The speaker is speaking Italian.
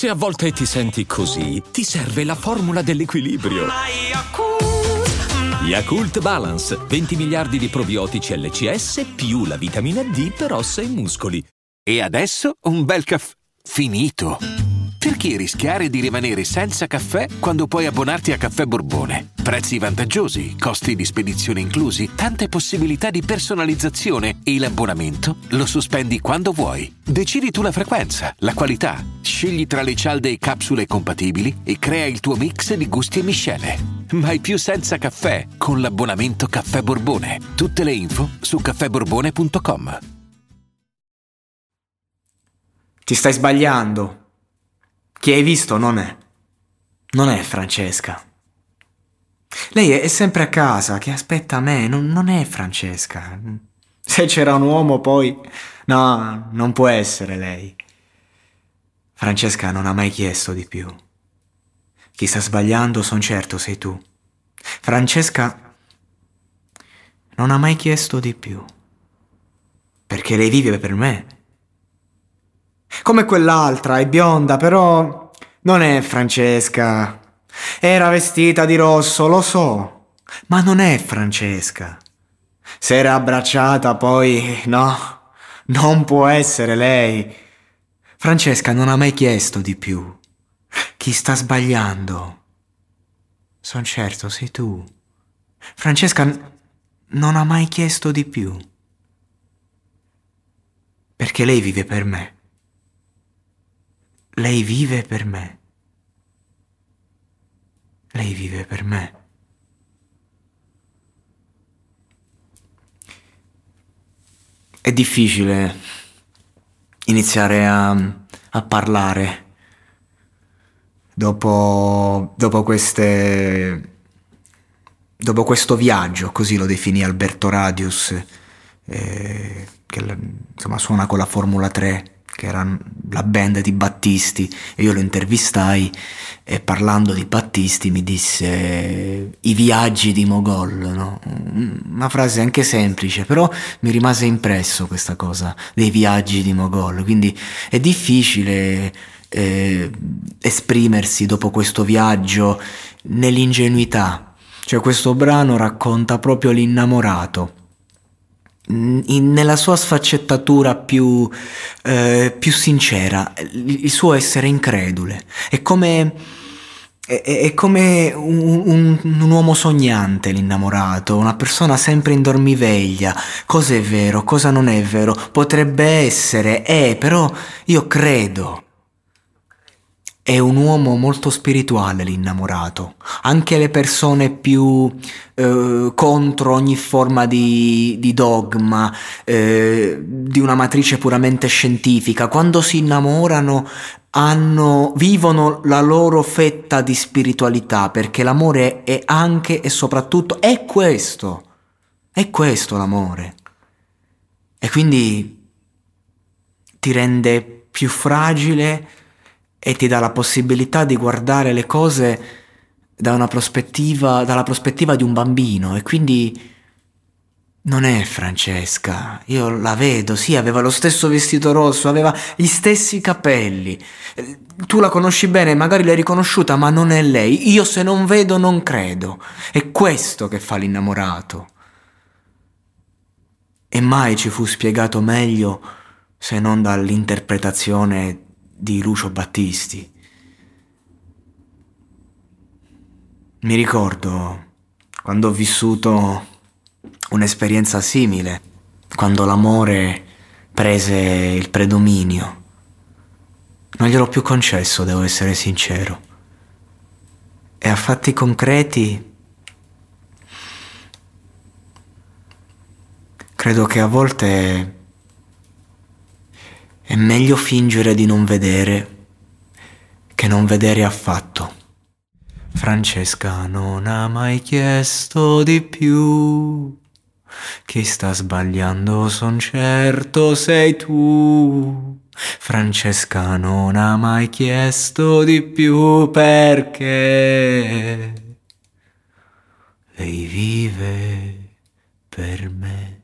Se a volte ti senti così, ti serve la formula dell'equilibrio. Yakult Balance, 20 miliardi di probiotici LCS più la vitamina D per ossa e muscoli. E adesso un bel caffè finito. Perché rischiare di rimanere senza caffè quando puoi abbonarti a Caffè Borbone? Prezzi vantaggiosi, costi di spedizione inclusi, tante possibilità di personalizzazione e l'abbonamento lo sospendi quando vuoi. Decidi tu la frequenza, la qualità, scegli tra le cialde e capsule compatibili e crea il tuo mix di gusti e miscele. Mai più senza caffè con l'abbonamento Caffè Borbone. Tutte le info su caffèborbone.com. Ti stai sbagliando. Chi hai visto non è Francesca. Lei è sempre a casa, che aspetta me, non è Francesca. Se c'era un uomo poi... No, non può essere lei. Francesca non ha mai chiesto di più. Chi sta sbagliando, son certo, sei tu. Francesca non ha mai chiesto di più. Perché lei vive per me. Come quell'altra, è bionda, però non è Francesca. Era vestita di rosso, lo so, ma non è Francesca. Se era abbracciata, poi no, non può essere lei. Francesca non ha mai chiesto di più. Chi sta sbagliando? Son certo, sei tu. Francesca non ha mai chiesto di più. Perché lei vive per me. Lei vive per me. Lei vive per me. È difficile iniziare a parlare dopo questo viaggio, così lo definì Alberto Radius, che insomma suona con la Formula 3, che era la band di Battisti, e io lo intervistai e parlando di Battisti mi disse i viaggi di Mogol, no? Una frase anche semplice, però mi rimase impresso questa cosa dei viaggi di Mogol, quindi è difficile esprimersi dopo questo viaggio nell'ingenuità. Cioè questo brano racconta proprio l'innamorato nella sua sfaccettatura più sincera, il suo essere incredule. È come un uomo sognante, l'innamorato, una persona sempre in dormiveglia. Cosa è vero, cosa non è vero, potrebbe essere, però io credo. È un uomo molto spirituale, l'innamorato. Anche le persone più contro ogni forma di dogma, di una matrice puramente scientifica, quando si innamorano vivono la loro fetta di spiritualità, perché l'amore è anche e soprattutto è questo l'amore. E quindi ti rende più fragile e ti dà la possibilità di guardare le cose dalla prospettiva di un bambino. E quindi non è Francesca, io la vedo, sì, aveva lo stesso vestito rosso, aveva gli stessi capelli, tu la conosci bene, magari l'hai riconosciuta, ma non è lei. Io se non vedo non credo. È questo che fa l'innamorato. E mai ci fu spiegato meglio se non dall'interpretazione di Lucio Battisti. Mi ricordo quando ho vissuto un'esperienza simile, quando l'amore prese il predominio. Non gliel'ho più concesso, devo essere sincero. E a fatti concreti credo che a volte è meglio fingere di non vedere che non vedere affatto. Francesca non ha mai chiesto di più. Chi sta sbagliando, son certo, sei tu. Francesca non ha mai chiesto di più perché lei vive per me.